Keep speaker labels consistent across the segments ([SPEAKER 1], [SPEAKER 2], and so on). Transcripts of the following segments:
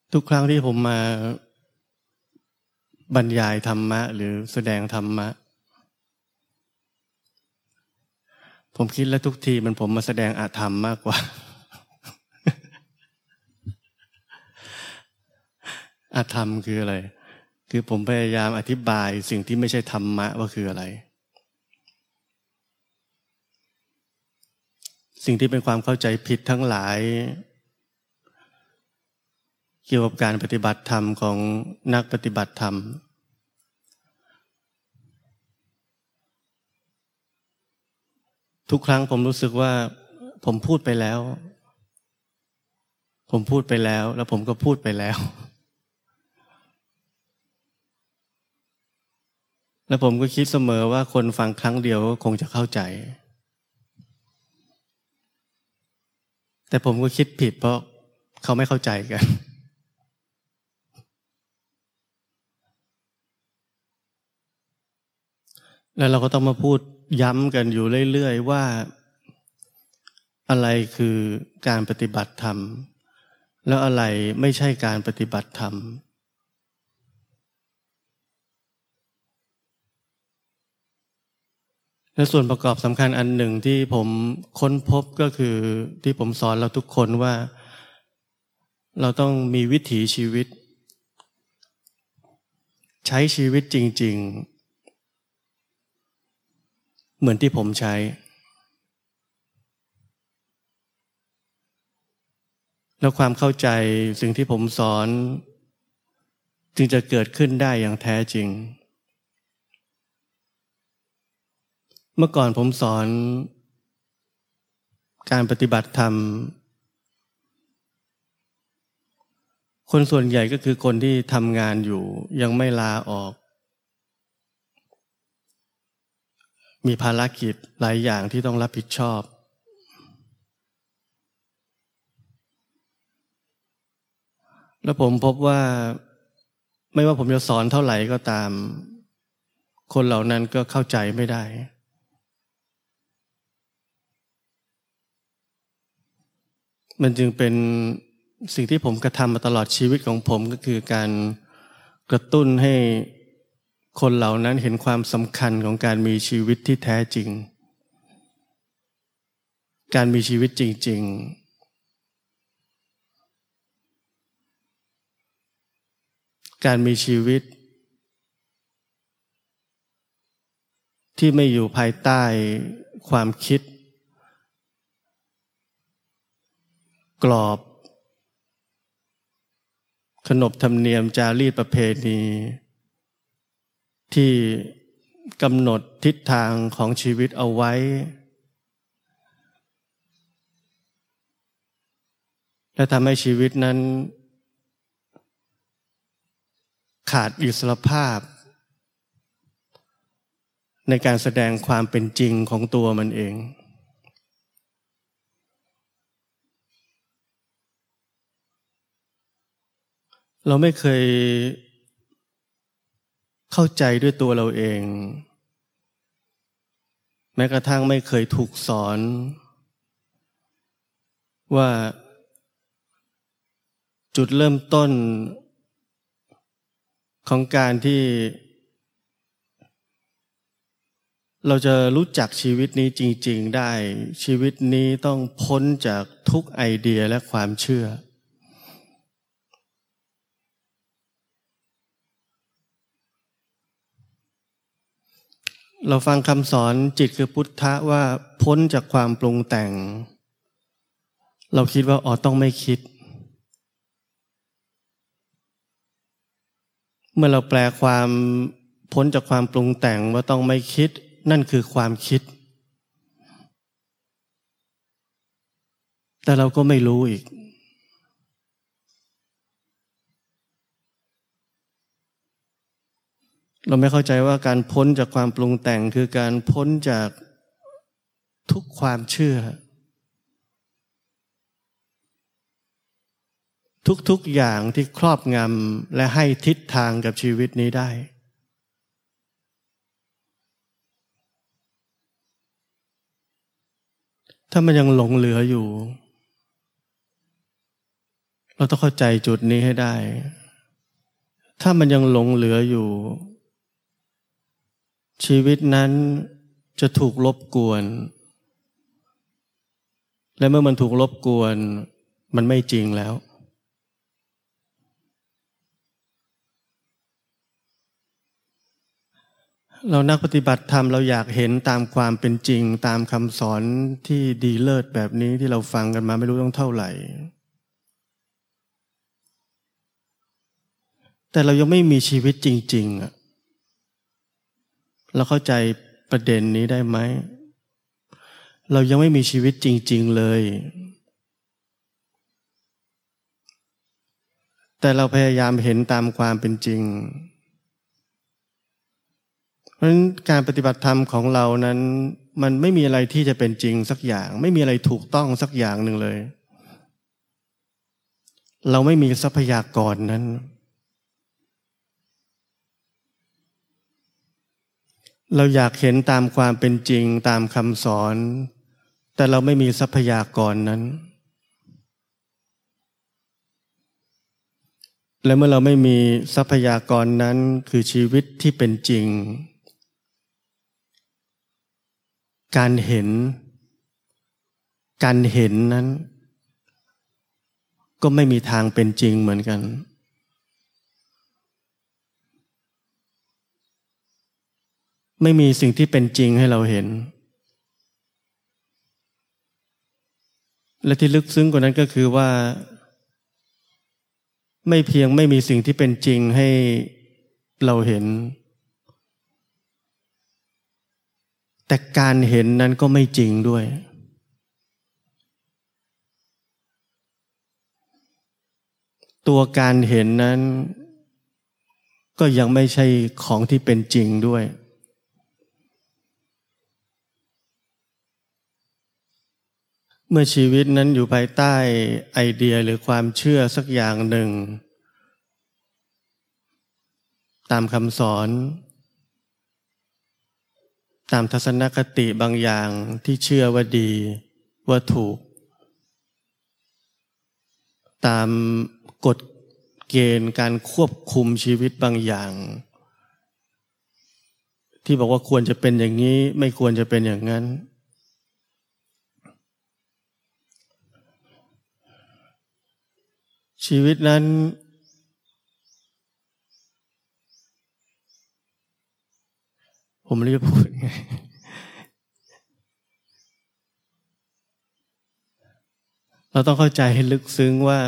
[SPEAKER 1] ทุกครั้งที่ผมมาบรรยายธรรมะหรือแสดงธรรมะผมคิดแล้วทุกทีมันผมมาแสดงอาธรรมมากกว่า อาธรรมคืออะไรคือผมพยายามอธิบายสิ่งที่ไม่ใช่ธรรมะว่าคืออะไรสิ่งที่เป็นความเข้าใจผิดทั้งหลายเกี่ยวกับการปฏิบัติธรรมของนักปฏิบัติธรรมทุกครั้งผมรู้สึกว่าผมพูดไปแล้วแล้วผมก็พูดไปแล้วแล้วผมก็คิดเสมอว่าคนฟังครั้งเดียวก็คงจะเข้าใจแต่ผมก็คิดผิดเพราะเขาไม่เข้าใจกันแล้วเราก็ต้องมาพูดย้ำกันอยู่เรื่อยๆว่าอะไรคือการปฏิบัติธรรมแล้วอะไรไม่ใช่การปฏิบัติธรรมและส่วนประกอบสำคัญอันหนึ่งที่ผมค้นพบก็คือที่ผมสอนเราทุกคนว่าเราต้องมีวิถีชีวิตใช้ชีวิตจริงๆเหมือนที่ผมใช้แล้วความเข้าใจสิ่งที่ผมสอนจึงจะเกิดขึ้นได้อย่างแท้จริงเมื่อก่อนผมสอนการปฏิบัติธรรมคนส่วนใหญ่ก็คือคนที่ทำงานอยู่ยังไม่ลาออกมีภารกิจหลายอย่างที่ต้องรับผิดชอบแล้วผมพบว่าไม่ว่าผมจะสอนเท่าไหร่ก็ตามคนเหล่านั้นก็เข้าใจไม่ได้มันจึงเป็นสิ่งที่ผมกระทำมาตลอดชีวิตของผมก็คือการกระตุ้นให้คนเหล่านั้นเห็นความสำคัญของการมีชีวิตที่แท้จริงการมีชีวิตจริงๆการมีชีวิตที่ไม่อยู่ภายใต้ความคิดกรอบขนบธรรมเนียมจารีตประเพณีที่กำหนดทิศทางของชีวิตเอาไว้และทำให้ชีวิตนั้นขาดอิสรภาพในการแสดงความเป็นจริงของตัวมันเองเราไม่เคยเข้าใจด้วยตัวเราเองแม้กระทั่งไม่เคยถูกสอนว่าจุดเริ่มต้นของการที่เราจะรู้จักชีวิตนี้จริงๆได้ชีวิตนี้ต้องพ้นจากทุกไอเดียและความเชื่อเราฟังคำสอนจิตคือพุทธะว่าพ้นจากความปรุงแต่งเราคิดว่าต้องไม่คิดเมื่อเราแปลความพ้นจากความปรุงแต่งว่าต้องไม่คิดนั่นคือความคิดแต่เราก็ไม่รู้อีกเราไม่เข้าใจว่าการพ้นจากความปรุงแต่งคือการพ้นจากทุกความเชื่อทุกๆอย่างที่ครอบงำและให้ทิศทางกับชีวิตนี้ได้ถ้ามันยังหลงเหลืออยู่เราต้องเข้าใจจุดนี้ให้ได้ ถ้ามันยังหลงเหลืออยู่ชีวิตนั้นจะถูกรบกวนและเมื่อมันถูกรบกวนมันไม่จริงแล้วเรานักปฏิบัติธรรมเราอยากเห็นตามความเป็นจริงตามคำสอนที่ดีเลิศแบบนี้ที่เราฟังกันมาไม่รู้ต้องเท่าไหร่แต่เรายังไม่มีชีวิตจริงๆอะเราเข้าใจประเด็นนี้ได้ไหมเรายังไม่มีชีวิตจริงๆเลยแต่เราพยายามเห็นตามความเป็นจริงเพราะฉะนั้นการปฏิบัติธรรมของเรานั้นมันไม่มีอะไรที่จะเป็นจริงสักอย่างไม่มีอะไรถูกต้องสักอย่างหนึ่งเลยเราไม่มีทรัพยากรนั้นเราอยากเห็นตามความเป็นจริงตามคำสอนแต่เราไม่มีทรัพยากรนั้นและเมื่อเราไม่มีทรัพยากรนั้นคือชีวิตที่เป็นจริงการเห็นนั้นก็ไม่มีทางเป็นจริงเหมือนกันไม่มีสิ่งที่เป็นจริงให้เราเห็นและที่ลึกซึ้งกว่านั้นก็คือว่าไม่เพียงไม่มีสิ่งที่เป็นจริงให้เราเห็นแต่การเห็นนั้นก็ไม่จริงด้วยตัวการเห็นนั้นก็ยังไม่ใช่ของที่เป็นจริงด้วยเมื่อชีวิตนั้นอยู่ภายใต้ไอเดียหรือความเชื่อสักอย่างหนึ่งตามคำสอนตามทัศนคติบางอย่างที่เชื่อว่าดีว่าถูกตามกฎเกณฑ์การควบคุมชีวิตบางอย่างที่บอกว่าควรจะเป็นอย่างนี้ไม่ควรจะเป็นอย่างนั้นชีวิตนั้นผมไม่รู้จะพูดไงเราต้องเข้าใจให้ลึกซึ้งว่า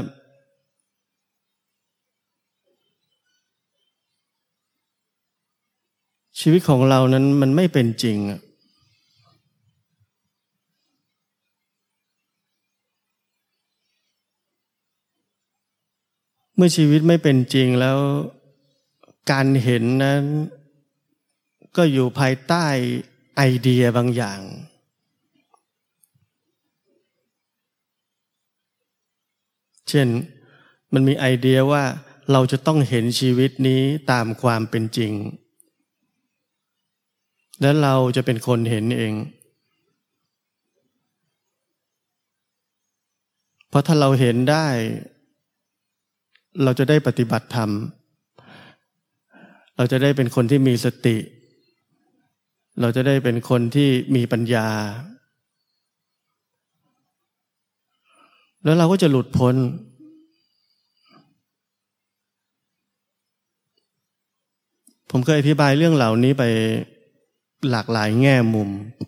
[SPEAKER 1] ชีวิตของเรานั้นมันไม่เป็นจริงเมื่อชีวิตไม่เป็นจริงแล้วการเห็นนั้นก็อยู่ภายใต้ไอเดียบางอย่างเช่นมันมีไอเดียว่าเราจะต้องเห็นชีวิตนี้ตามความเป็นจริงและเราจะเป็นคนเห็นเองเพราะถ้าเราเห็นได้เราจะได้ปฏิบัติธรรมเราจะได้เป็นคนที่มีสติเราจะได้เป็นคนที่มีปัญญาแล้วเราก็จะหลุดพ้นผมเคยอธิบายเรื่องเหล่านี้ไปหลากหลายแง่มุม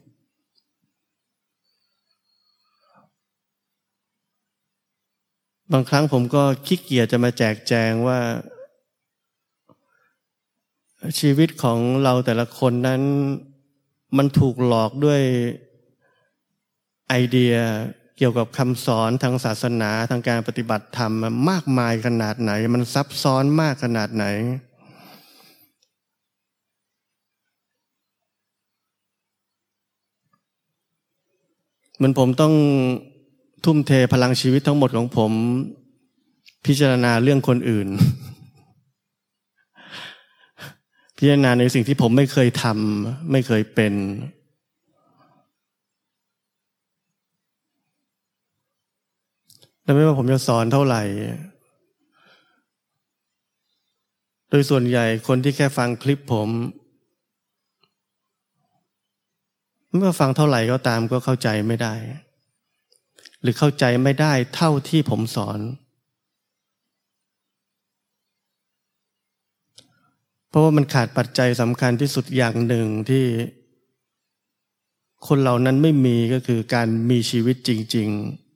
[SPEAKER 1] บางครั้งผมก็ขี้เกียจจะมาแจกแจงว่าชีวิตของเราแต่ละคนนั้นมันถูกหลอกด้วยไอเดียเกี่ยวกับคำสอนทางศาสนาทางการปฏิบัติธรรมมากมายขนาดไหนมันซับซ้อนมากขนาดไหนเหมือนผมต้องทุ่มเทพลังชีวิตทั้งหมดของผมพิจารณาเรื่องคนอื่นพิจารณาในสิ่งที่ผมไม่เคยทำไม่เคยเป็นและไม่ว่าผมจะสอนเท่าไหร่โดยส่วนใหญ่คนที่แค่ฟังคลิปผมไม่ว่าฟังเท่าไหร่ก็ตามก็เข้าใจไม่ได้หรือเข้าใจไม่ได้เท่าที่ผมสอนเพราะว่ามันขาดปัจจัยสำคัญที่สุดอย่างหนึ่งที่คนเหล่านั้นไม่มีก็คือการมีชีวิตจริง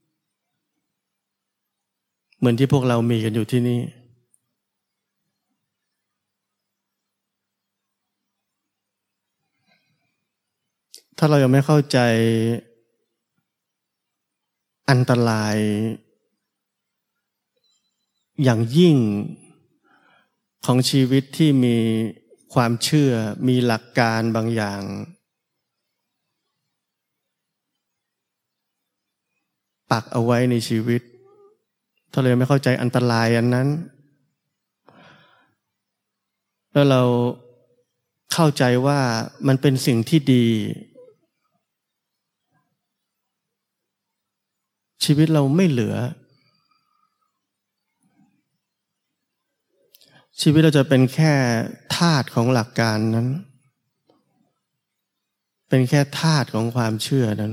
[SPEAKER 1] ๆเหมือนที่พวกเรามีกันอยู่ที่นี่ถ้าเรายังไม่เข้าใจอันตรายอย่างยิ่งของชีวิตที่มีความเชื่อมีหลักการบางอย่างปักเอาไว้ในชีวิตถ้าเราไม่เข้าใจอันตรายอันนั้นแล้วเราเข้าใจว่ามันเป็นสิ่งที่ดีชีวิตเราไม่เหลือชีวิตเราจะเป็นแค่ทาสของหลักการนั้นเป็นแค่ทาสของความเชื่อนั้น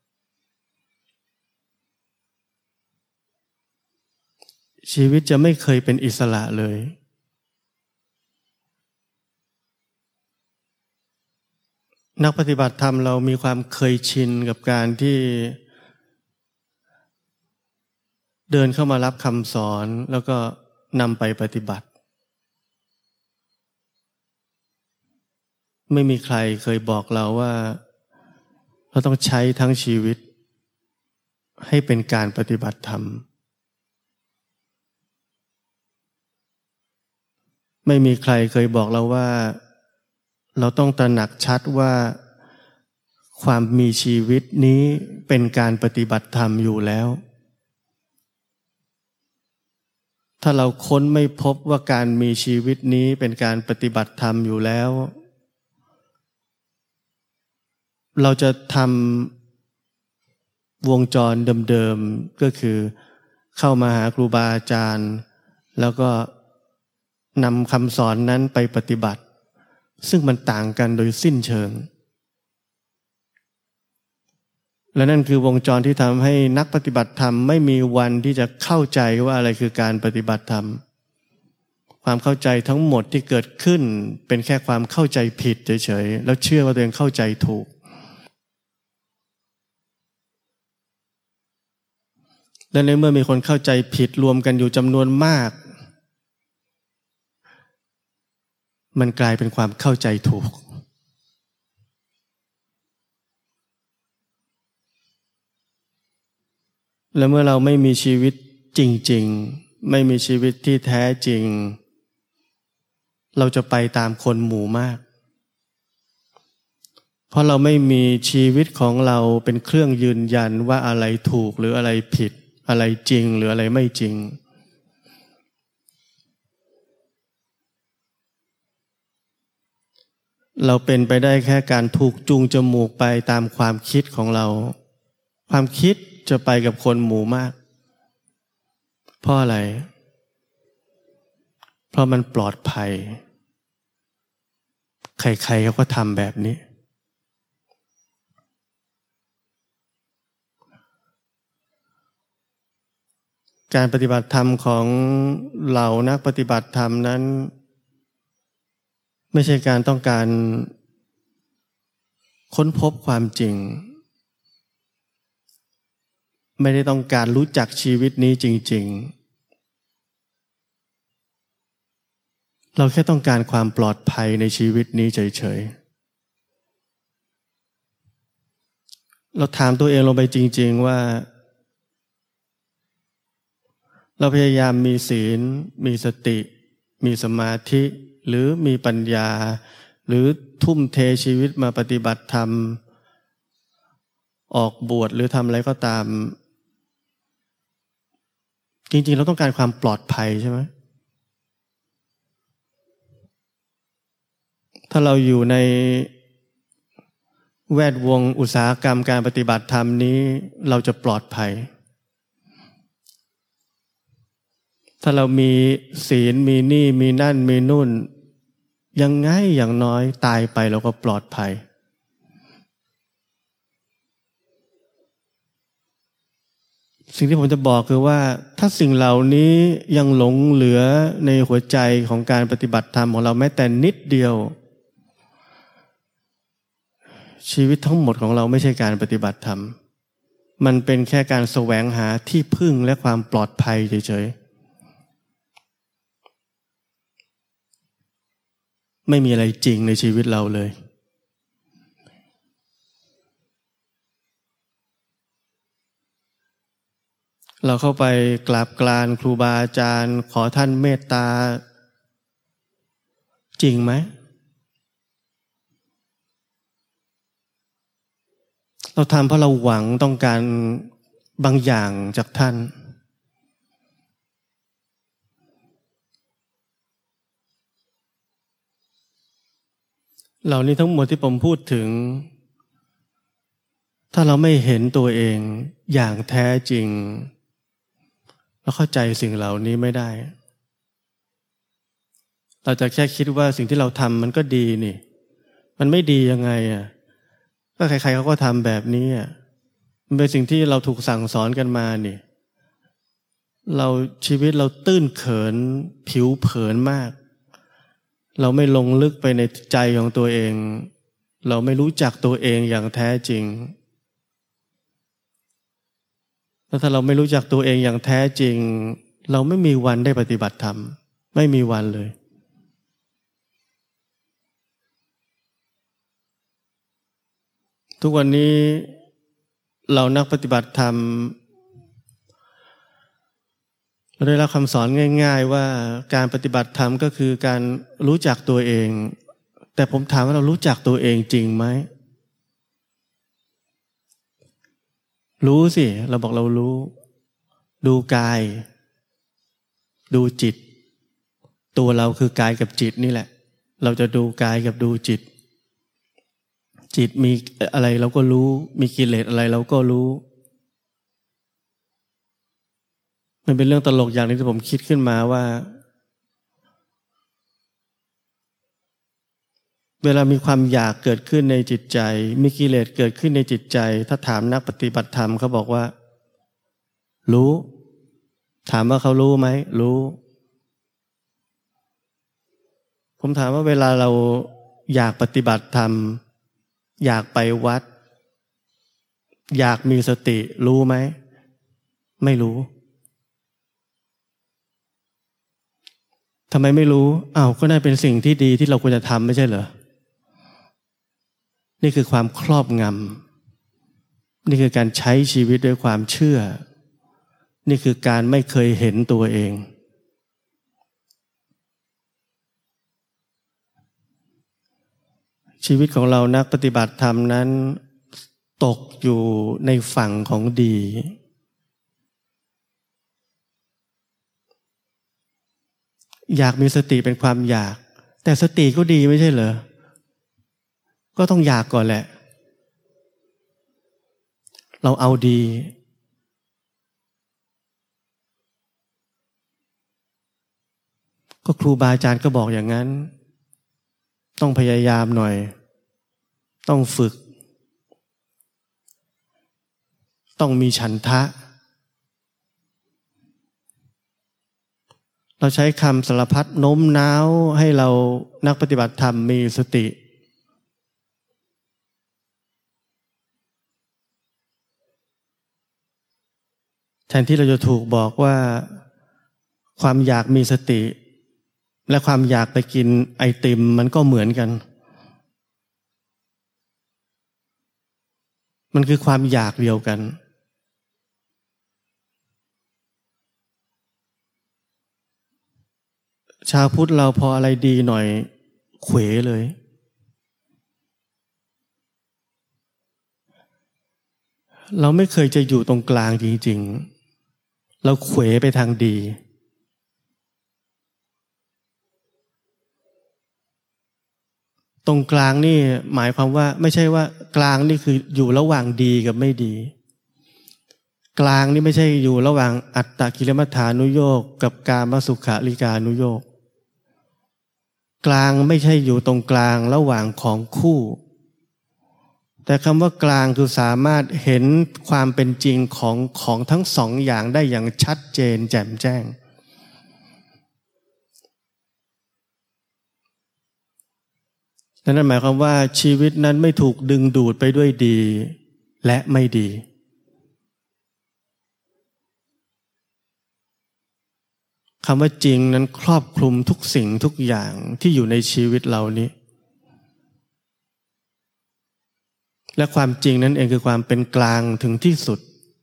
[SPEAKER 1] ชีวิตจะไม่เคยเป็นอิสระเลยนักปฏิบัติธรรมเรามีความเคยชินกับการที่เดินเข้ามารับคำสอนแล้วก็นำไปปฏิบัติไม่มีใครเคยบอกเราว่าเราต้องใช้ทั้งชีวิตให้เป็นการปฏิบัติธรรมไม่มีใครเคยบอกเราว่าเราต้องตระหนักชัดว่าความมีชีวิตนี้เป็นการปฏิบัติธรรมอยู่แล้วถ้าเราค้นไม่พบว่าการมีชีวิตนี้เป็นการปฏิบัติธรรมอยู่แล้วเราจะทำวงจรเดิมๆก็คือเข้ามาหาครูบาอาจารย์แล้วก็นำคำสอนนั้นไปปฏิบัติซึ่งมันต่างกันโดยสิ้นเชิงและนั่นคือวงจรที่ทำให้นักปฏิบัติธรรมไม่มีวันที่จะเข้าใจว่าอะไรคือการปฏิบัติธรรมความเข้าใจทั้งหมดที่เกิดขึ้นเป็นแค่ความเข้าใจผิดเฉยๆแล้วเชื่อว่าตัวเองเข้าใจถูกและในเมื่อมีคนเข้าใจผิดรวมกันอยู่จำนวนมากมันกลายเป็นความเข้าใจถูกและเมื่อเราไม่มีชีวิตจริงๆไม่มีชีวิตที่แท้จริงเราจะไปตามคนหมู่มากเพราะเราไม่มีชีวิตของเราเป็นเครื่องยืนยันว่าอะไรถูกหรืออะไรผิดอะไรจริงหรืออะไรไม่จริงเราเป็นไปได้แค่การถูกจูงจมูกไปตามความคิดของเราความคิดจะไปกับคนหมู่มากเพราะอะไรเพราะมันปลอดภัยใครๆเขาก็ทำแบบนี้การปฏิบัติธรรมของเหล่านักปฏิบัติธรรมนั้นไม่ใช่การต้องการค้นพบความจริงไม่ได้ต้องการรู้จักชีวิตนี้จริงๆเราแค่ต้องการความปลอดภัยในชีวิตนี้เฉยๆเราถามตัวเองลงไปจริงๆว่าเราพยายามมีศีลมีสติมีสมาธิหรือมีปัญญาหรือทุ่มเทชีวิตมาปฏิบัติธรรมออกบวชหรือทำอะไรก็ตามจริงๆเราต้องการความปลอดภัยใช่ไหมถ้าเราอยู่ในแวดวงอุตสาหกรรมการปฏิบัติธรรมนี้เราจะปลอดภัยถ้าเรามีศีลมีนี่มีนั่นมีนู่นยังไงอย่างน้อยตายไปเราก็ปลอดภัยสิ่งที่ผมจะบอกคือว่าถ้าสิ่งเหล่านี้ยังหลงเหลือในหัวใจของการปฏิบัติธรรมของเราแม้แต่นิดเดียวชีวิตทั้งหมดของเราไม่ใช่การปฏิบัติธรรมมันเป็นแค่การแสวงหาที่พึ่งและความปลอดภัยเฉยๆไม่มีอะไรจริงในชีวิตเราเลยเราเข้าไปกราบกรานครูบาอาจารย์ขอท่านเมตตาจริงไหมเราทำเพราะเราหวังต้องการบางอย่างจากท่านเหล่านี้ทั้งหมดที่ผมพูดถึงถ้าเราไม่เห็นตัวเองอย่างแท้จริงเราเข้าใจสิ่งเหล่านี้ไม่ได้เราจะแค่คิดว่าสิ่งที่เราทำมันก็ดีนี่มันไม่ดียังไงอ่ะก็ใครๆเขาก็ทำแบบนี้อ่ะมันเป็นสิ่งที่เราถูกสั่งสอนกันมานี่เราชีวิตเราตื้นเขินผิวเผินมากเราไม่ลงลึกไปในใจของตัวเองเราไม่รู้จักตัวเองอย่างแท้จริงแล้วถ้าเราไม่รู้จักตัวเองอย่างแท้จริงเราไม่มีวันได้ปฏิบัติธรรมไม่มีวันเลยทุกวันนี้เรานักปฏิบัติธรรมเราได้รับคำสอนง่ายๆว่าการปฏิบัติธรรมก็คือการรู้จักตัวเองแต่ผมถามว่าเรารู้จักตัวเองจริงไหมรู้สิเราบอกเรารู้ดูกายดูจิตตัวเราคือกายกับจิตนี่แหละเราจะดูกายกับดูจิตจิตมีอะไรเราก็รู้มีกิเลสอะไรเราก็รู้มันเป็นเรื่องตลกอย่างนึงที่ผมคิดขึ้นมาว่าเวลามีความอยากเกิดขึ้นในจิตใจมีกิเลสเกิดขึ้นในจิตใจถ้าถามนักปฏิบัติธรรมเขาบอกว่ารู้ถามว่าเขารู้ไหมรู้ผมถามว่าเวลาเราอยากปฏิบัติธรรมอยากไปวัดอยากมีสติรู้ไหมไม่รู้ทำไมไม่รู้ก็น่าเป็นสิ่งที่ดีที่เราควรจะทำไม่ใช่เหรอนี่คือความครอบงำนี่คือการใช้ชีวิตด้วยความเชื่อนี่คือการไม่เคยเห็นตัวเองชีวิตของเรานักปฏิบัติธรรมนั้นตกอยู่ในฝั่งของดีอยากมีสติเป็นความอยากแต่สติก็ดีไม่ใช่เหรอก็ต้องอยากก่อนแหละเราเอาดีก็ครูบาอาจารย์ก็บอกอย่างนั้นต้องพยายามหน่อยต้องฝึกต้องมีฉันทะเราใช้คำสารพัดโน้มน้าวให้เรานักปฏิบัติธรรมมีสติแทนที่เราจะถูกบอกว่าความอยากมีสติและความอยากไปกินไอติมมันก็เหมือนกันมันคือความอยากเดียวกันชาวพุทธเราพออะไรดีหน่อยเขวเลยเราไม่เคยจะอยู่ตรงกลางจริงๆเราเขวไปทางดีตรงกลางนี่หมายความว่าไม่ใช่ว่ากลางนี่คืออยู่ระหว่างดีกับไม่ดีกลางนี่ไม่ใช่อยู่ระหว่างอัตตกิลมัฏฐานุโยคกับกามสุขาริกานุโยคกลางไม่ใช่อยู่ตรงกลางระหว่างของคู่แต่คำว่ากลางคือสามารถเห็นความเป็นจริงของทั้งสองอย่างได้อย่างชัดเจนแจ่มแจ้งนั่นหมายความว่าชีวิตนั้นไม่ถูกดึงดูดไปด้วยดีและไม่ดีคำว่าจริงนั้นครอบคลุมทุกสิ่งทุกอย่างที่อยู่ในชีวิตเรานี้และความจริงนั้นเองคือความเป็นกลางถึงที่สุด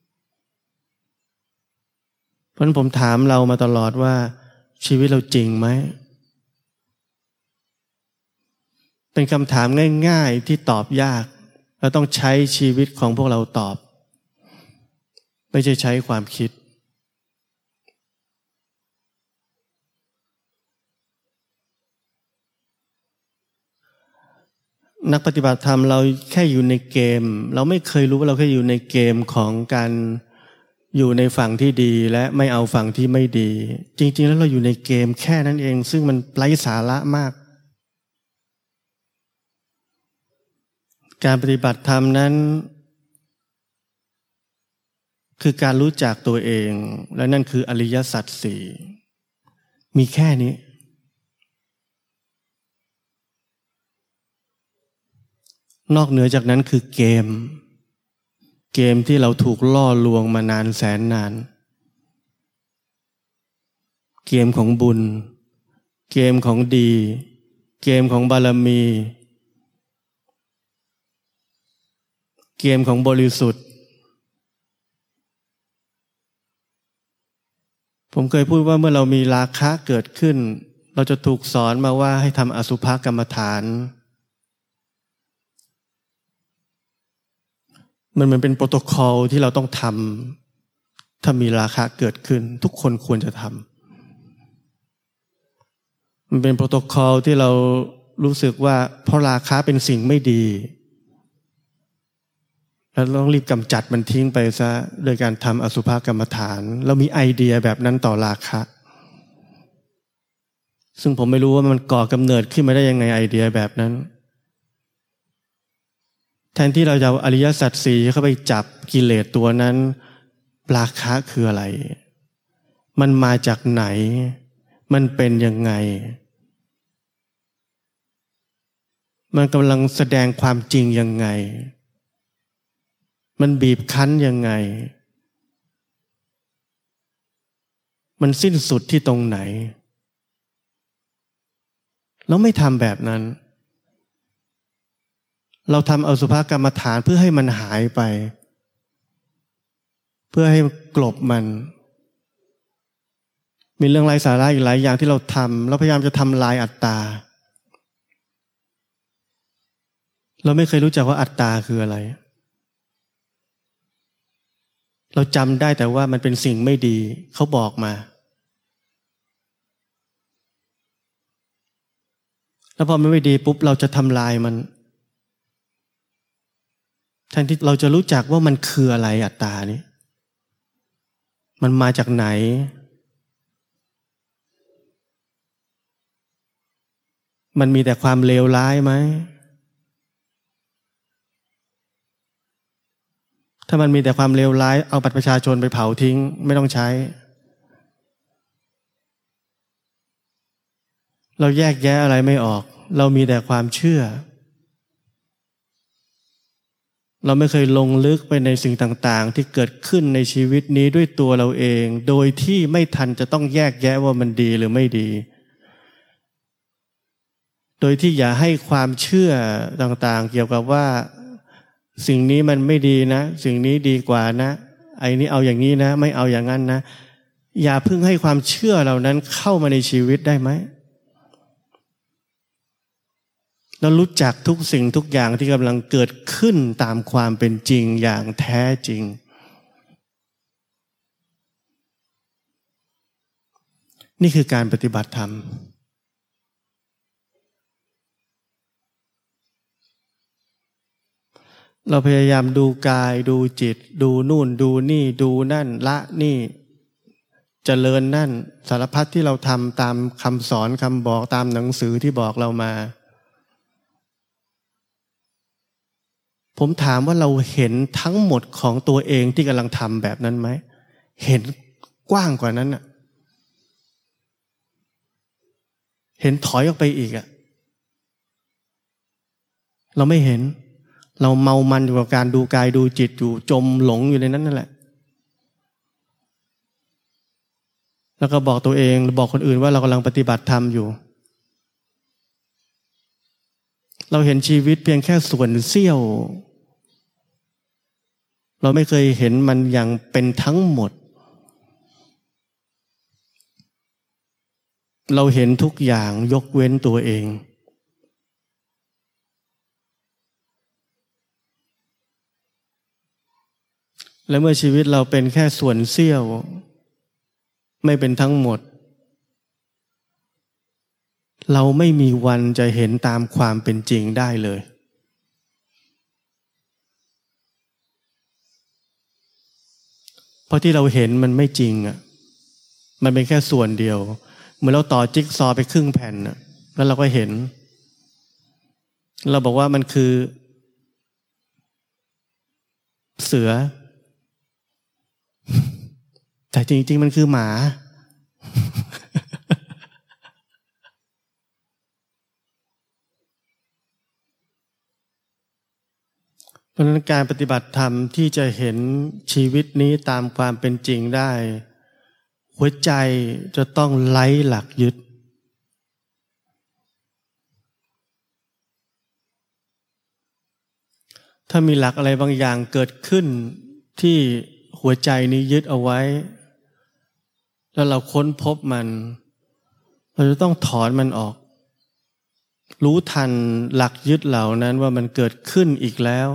[SPEAKER 1] เพราะฉะนั้นผมถามเรามาตลอดว่าชีวิตเราจริงไหมเป็นคำถามง่ายๆที่ตอบยากเราต้องใช้ชีวิตของพวกเราตอบไม่ใช่ใช้ความคิดนักปฏิบัติธรรมเราแค่อยู่ในเกมเราไม่เคยรู้ว่าเราแค่อยู่ในเกมของการอยู่ในฝั่งที่ดีและไม่เอาฝั่งที่ไม่ดีจริงๆแล้วเราอยู่ในเกมแค่นั้นเองซึ่งมันไร้สาระมากการปฏิบัติธรรมนั้นคือการรู้จักตัวเองและนั่นคืออริยสัจสี่มีแค่นี้นอกเหนือจากนั้นคือเกมที่เราถูกล่อลวงมานานแสนนานเกมของบุญเกมของดีเกมของบารมีเกมของบริสุทธิ์ผมเคยพูดว่าเมื่อเรามีราคะเกิดขึ้นเราจะถูกสอนมาว่าให้ทำอสุภกรรมฐานมันเหมือนเป็นโปรโตคอลที่เราต้องทำถ้ามีราคะเกิดขึ้นทุกคนควรจะทำมันเป็นโปรโตคอลที่เรารู้สึกว่าเพราะราคะเป็นสิ่งไม่ดีแล้วต้องรีบกำจัดมันทิ้งไปซะโดยการทำอสุภกรรมฐานเรามีไอเดียแบบนั้นต่อราคะซึ่งผมไม่รู้ว่ามันก่อกำเนิดขึ้นมาได้ยังไงไอเดียแบบนั้นแทนที่เราจะเอาอริยสัจสี่เข้าไปจับกิเลสตัวนั้นราคะคืออะไรมันมาจากไหนมันเป็นยังไงมันกำลังแสดงความจริงยังไงมันบีบคั้นยังไงมันสิ้นสุดที่ตรงไหนเราไม่ทำแบบนั้นเราทำอสุภกรรมฐานเพื่อให้มันหายไปเพื่อให้กลบมันมีเรื่องไร้สาระอีกหลายอย่างที่เราทำเราพยายามจะทำลายอัตตาเราไม่เคยรู้จักว่าอัตตาคืออะไรเราจำได้แต่ว่ามันเป็นสิ่งไม่ดีเขาบอกมาแล้วพอมันไม่ดีปุ๊บเราจะทำลายมันแทนที่เราจะรู้จักว่ามันคืออะไรอัตตานี้มันมาจากไหนมันมีแต่ความเลวร้ายไหมถ้ามันมีแต่ความเลวร้ายเอาบัตรประชาชนไปเผาทิ้งไม่ต้องใช้เราแยกแยะอะไรไม่ออกเรามีแต่ความเชื่อเราไม่เคยลงลึกไปในสิ่งต่างๆที่เกิดขึ้นในชีวิตนี้ด้วยตัวเราเองโดยที่ไม่ทันจะต้องแยกแยะว่ามันดีหรือไม่ดีโดยที่อย่าให้ความเชื่อต่างๆเกี่ยวกับว่าสิ่งนี้มันไม่ดีนะสิ่งนี้ดีกว่านะไอ้นี่เอาอย่างนี้นะไม่เอาอย่างนั้นนะอย่าเพิ่งให้ความเชื่อเหล่านั้นเข้ามาในชีวิตได้ไหมเรารู้จักทุกสิ่งทุกอย่างที่กำลังเกิดขึ้นตามความเป็นจริงอย่างแท้จริงนี่คือการปฏิบัติธรรมเราพยายามดูกายดูจิตดูนู่นดูนี่ดูนั่นละนี่เจริญนั่นสารพัดที่เราทำตามคำสอนคำบอกตามหนังสือที่บอกเรามาผมถามว่าเราเห็นทั้งหมดของตัวเองที่กำลังทำแบบนั้นไหมเห็นกว้างกว่านั้นน่ะเห็นถอยออกไปอีกอ่ะเราไม่เห็นเราเมามันอยู่กับการดูกายดูจิตอยู่จมหลงอยู่ในนั้นนั่นแหละแล้วก็บอกตัวเองหรือบอกคนอื่นว่าเรากำลังปฏิบัติธรรมอยู่เราเห็นชีวิตเพียงแค่ส่วนเสี้ยวเราไม่เคยเห็นมันอย่างเป็นทั้งหมดเราเห็นทุกอย่างยกเว้นตัวเองและเมื่อชีวิตเราเป็นแค่ส่วนเสี้ยวไม่เป็นทั้งหมดเราไม่มีวันจะเห็นตามความเป็นจริงได้เลยเพราะที่เราเห็นมันไม่จริงอ่ะมันเป็นแค่ส่วนเดียวเหมือนเราต่อจิ๊กซอว์ไปครึ่งแผ่นอ่ะแล้วเราก็เห็นเราบอกว่ามันคือเสือแต่จริงๆมันคือหมาเพราะฉะนั้นการปฏิบัติธรรมที่จะเห็นชีวิตนี้ตามความเป็นจริงได้หัวใจจะต้องไร้หลักยึดถ้ามีหลักอะไรบางอย่างเกิดขึ้นที่หัวใจนี้ยึดเอาไว้แล้วเราค้นพบมันเราจะต้องถอนมันออกรู้ทันหลักยึดเหล่านั้นว่ามันเกิดขึ้นอีกแล้ว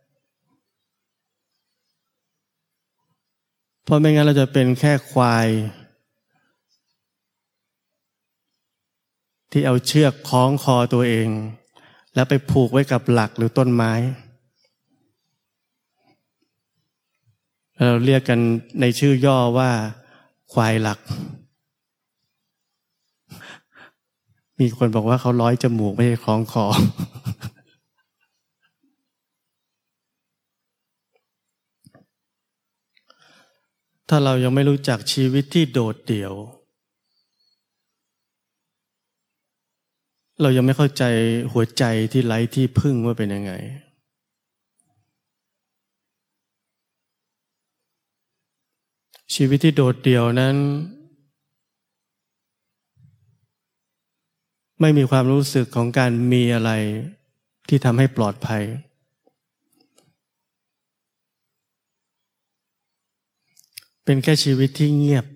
[SPEAKER 1] เพราะไม่งั้นเราจะเป็นแค่ควายที่เอาเชือกคล้องคอตัวเองแล้วไปผูกไว้กับหลักหรือต้นไม้เราเรียกกันในชื่อย่อว่าควายหลักมีคนบอกว่าเขาร้อยจมูกไม่ใช่คล้องคอถ้าเรายังไม่รู้จักชีวิตที่โดดเดี่ยวเรายังไม่เข้าใจหัวใจที่ไร้ที่พึ่งว่าเป็นยังไงชีวิตที่โดดเดี่ยวนั้นไม่มีความรู้สึกของการมีอะไรที่ทำให้ปลอดภัยเป็นแค่ชีวิตที่เงียบ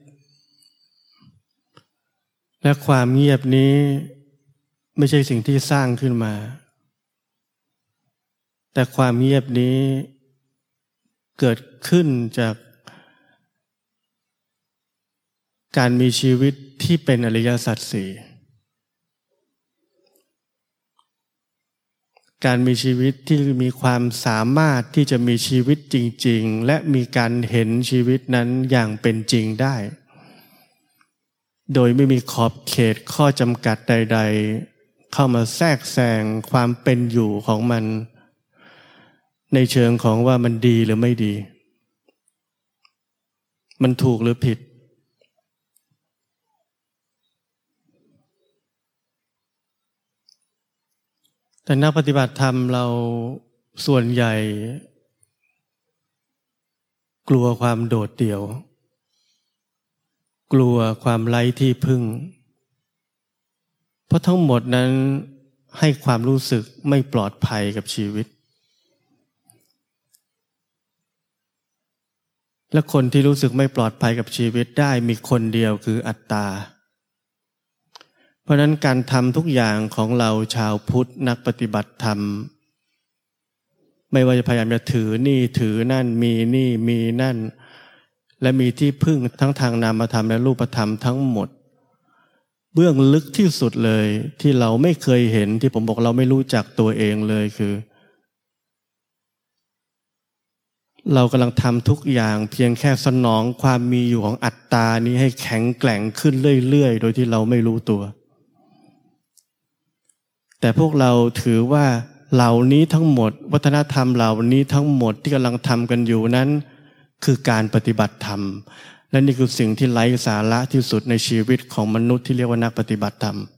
[SPEAKER 1] และความเงียบนี้ไม่ใช่สิ่งที่สร้างขึ้นมาแต่ความเงียบนี้เกิดขึ้นจากการมีชีวิตที่เป็นอริยสัจสี่การมีชีวิตที่มีความสามารถที่จะมีชีวิตจริงๆและมีการเห็นชีวิตนั้นอย่างเป็นจริงได้โดยไม่มีขอบเขตข้อจำกัดใดๆเข้ามาแทรกแซงความเป็นอยู่ของมันในเชิงของว่ามันดีหรือไม่ดีมันถูกหรือผิดแต่นักปฏิบัติธรรมเราส่วนใหญ่กลัวความโดดเดี่ยวกลัวความไร้ที่พึ่งเพราะทั้งหมดนั้นให้ความรู้สึกไม่ปลอดภัยกับชีวิตและคนที่รู้สึกไม่ปลอดภัยกับชีวิตได้มีคนเดียวคืออัตตาเพราะนั้นการทำทุกอย่างของเราชาวพุทธนักปฏิบัติธรรมไม่ว่าจะพยายามจะถือนี่ถือนั่นมีนี่มีนั่นและมีที่พึ่งทั้งทางนามธรรมและรูปธรรมทั้งหมดเบื้องลึกที่สุดเลยที่เราไม่เคยเห็นที่ผมบอกเราไม่รู้จักตัวเองเลยคือเรากำลังทำทุกอย่างเพียงแค่สนองความมีอยู่ของอัตตานี้ให้แข็งแกร่งขึ้นเรื่อยๆโดยที่เราไม่รู้ตัวแต่พวกเราถือว่าเหล่านี้ทั้งหมดวัฒนธรรมเหล่านี้ทั้งหมดที่กำลังทำกันอยู่นั้นคือการปฏิบัติธรรมและนี่คือสิ่งที่ไร้สาระที่สุดในชีวิตของมนุษย์ที่เรียกว่านักปฏิบัติธรรม